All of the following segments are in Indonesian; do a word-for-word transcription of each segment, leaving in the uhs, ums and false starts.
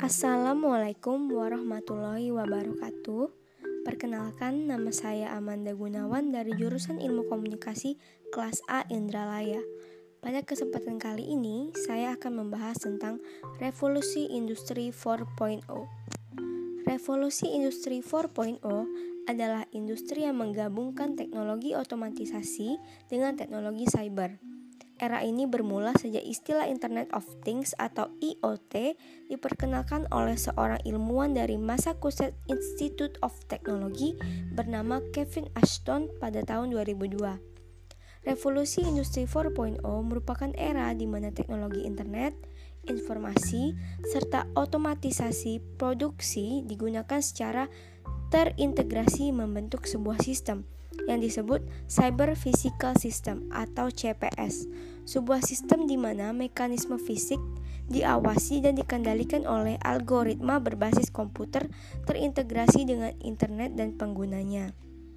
Assalamualaikum warahmatullahi wabarakatuh. Perkenalkan, nama saya Amanda Gunawan dari jurusan Ilmu Komunikasi kelas A Indralaya. Pada kesempatan kali ini, saya akan membahas tentang revolusi industri empat titik nol. Revolusi industri empat titik nol adalah industri yang menggabungkan teknologi otomatisasi dengan teknologi cyber. Era ini bermula sejak istilah Internet of Things atau I O T diperkenalkan oleh seorang ilmuwan dari Massachusetts Institute of Technology bernama Kevin Ashton pada tahun dua ribu dua. Revolusi industri empat titik nol merupakan era di mana teknologi internet, informasi, serta otomatisasi produksi digunakan secara terintegrasi membentuk sebuah sistem yang disebut Cyber Physical System atau C P S, sebuah sistem di mana mekanisme fisik diawasi dan dikendalikan oleh algoritma berbasis komputer terintegrasi dengan internet dan penggunanya.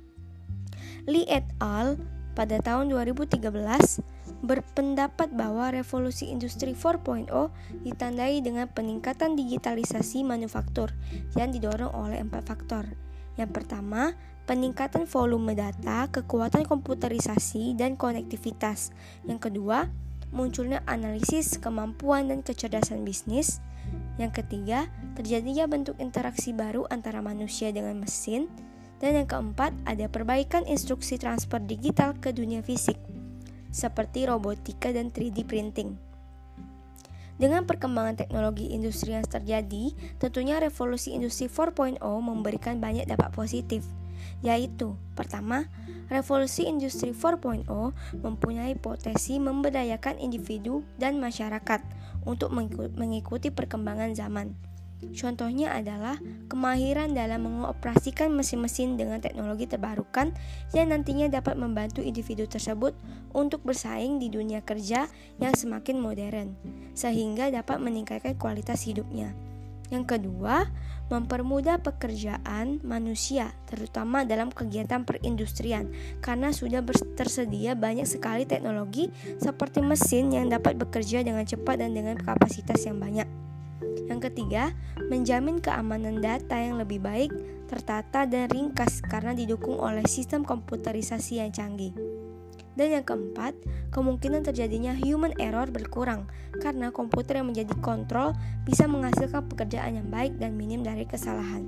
Lee et al. Pada tahun dua ribu tiga belas berpendapat bahwa revolusi industri empat titik nol ditandai dengan peningkatan digitalisasi manufaktur yang didorong oleh empat faktor. Yang pertama, peningkatan volume data, kekuatan komputerisasi, dan konektivitas. Yang kedua, munculnya analisis, kemampuan, dan kecerdasan bisnis. Yang ketiga, terjadinya bentuk interaksi baru antara manusia dengan mesin. Dan yang keempat, ada perbaikan instruksi transfer digital ke dunia fisik, seperti robotika dan tiga D printing. Dengan perkembangan teknologi industri yang terjadi, tentunya revolusi industri empat titik nol memberikan banyak dampak positif, yaitu pertama, revolusi industri empat titik nol mempunyai potensi memberdayakan individu dan masyarakat untuk mengikuti perkembangan zaman. Contohnya adalah kemahiran dalam mengoperasikan mesin-mesin dengan teknologi terbarukan yang nantinya dapat membantu individu tersebut untuk bersaing di dunia kerja yang semakin modern, sehingga dapat meningkatkan kualitas hidupnya. Yang kedua, mempermudah pekerjaan manusia, terutama dalam kegiatan perindustrian, karena sudah tersedia banyak sekali teknologi seperti mesin yang dapat bekerja dengan cepat dan dengan kapasitas yang banyak. Yang ketiga, menjamin keamanan data yang lebih baik, tertata dan ringkas karena didukung oleh sistem komputerisasi yang canggih. Dan yang keempat, kemungkinan terjadinya human error berkurang karena komputer yang menjadi kontrol bisa menghasilkan pekerjaan yang baik dan minim dari kesalahan.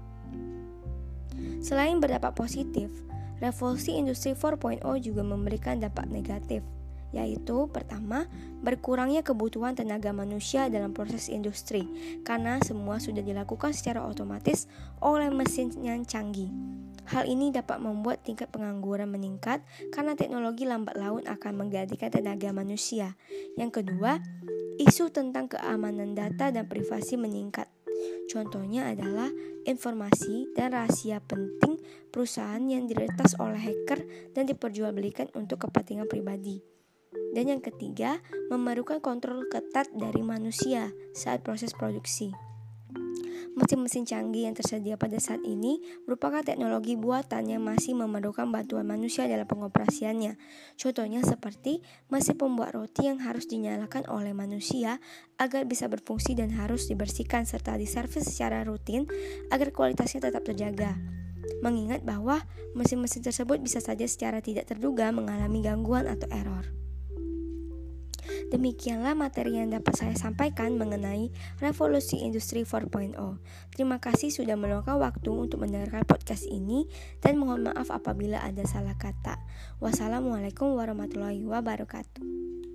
Selain berdampak positif, revolusi industri empat titik nol juga memberikan dampak negatif, yaitu pertama, berkurangnya kebutuhan tenaga manusia dalam proses industri karena semua sudah dilakukan secara otomatis oleh mesin yang canggih. Hal ini dapat membuat tingkat pengangguran meningkat karena teknologi lambat laun akan menggantikan tenaga manusia. Yang kedua, isu tentang keamanan data dan privasi meningkat. Contohnya adalah informasi dan rahasia penting perusahaan yang diretas oleh hacker dan diperjualbelikan untuk kepentingan pribadi. Dan yang ketiga, memerlukan kontrol ketat dari manusia saat proses produksi. Mesin-mesin canggih yang tersedia pada saat ini merupakan teknologi buatan yang masih memerlukan bantuan manusia dalam pengoperasiannya. Contohnya seperti mesin pembuat roti yang harus dinyalakan oleh manusia agar bisa berfungsi dan harus dibersihkan serta diservis secara rutin agar kualitasnya tetap terjaga. Mengingat bahwa mesin-mesin tersebut bisa saja secara tidak terduga mengalami gangguan atau error. Demikianlah materi yang dapat saya sampaikan mengenai revolusi industri empat titik nol. Terima kasih sudah meluangkan waktu untuk mendengarkan podcast ini dan mohon maaf apabila ada salah kata. Wassalamualaikum warahmatullahi wabarakatuh.